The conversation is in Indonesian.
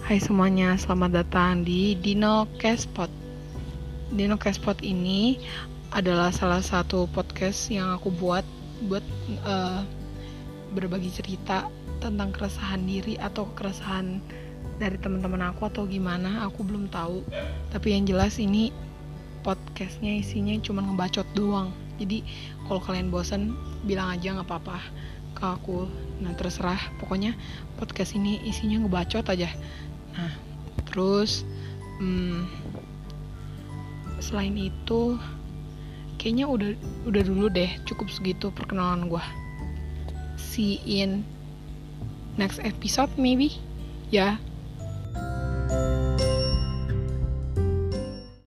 Hai semuanya, selamat datang di Dino Cashpot. Dino Cashpot ini adalah salah satu podcast yang aku buat berbagi cerita tentang keresahan diri atau keresahan dari teman-teman aku atau gimana, aku belum tahu. Tapi yang jelas ini podcastnya isinya cuma ngebacot doang. Jadi kalau kalian bosan bilang aja, nggak apa-apa ke aku. Nah terserah, pokoknya podcast ini isinya ngebacot aja. Nah terus selain itu kayaknya udah dulu deh, cukup segitu perkenalan gue. See in next episode maybe ya.